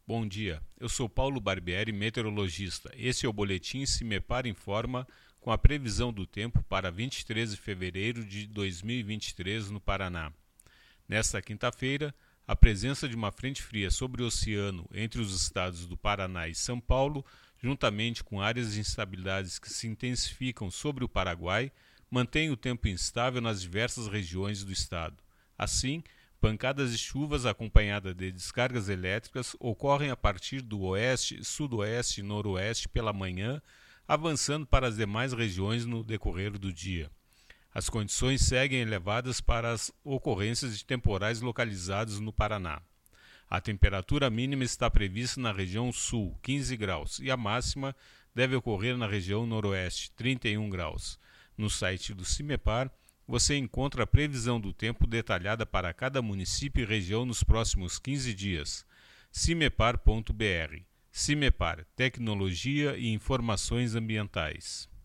Bom dia, eu sou Paulo Barbieri, meteorologista. Esse é o boletim CIMEPAR Informa com a previsão do tempo para 23 de fevereiro de 2023 no Paraná. Nesta quinta-feira, a presença de uma frente fria sobre o oceano entre os estados do Paraná e São Paulo, juntamente com áreas de instabilidades que se intensificam sobre o Paraguai, mantém o tempo instável nas diversas regiões do estado. Assim, pancadas de chuvas acompanhadas de descargas elétricas ocorrem a partir do oeste, sudoeste e noroeste pela manhã, avançando para as demais regiões no decorrer do dia. As condições seguem elevadas para as ocorrências de temporais localizados no Paraná. A temperatura mínima está prevista na região sul, 15 graus, e a máxima deve ocorrer na região noroeste, 31 graus. No site do CIMEPAR, você encontra a previsão do tempo detalhada para cada município e região nos próximos 15 dias. cimepar.br. CIMEPAR, Tecnologia e Informações Ambientais.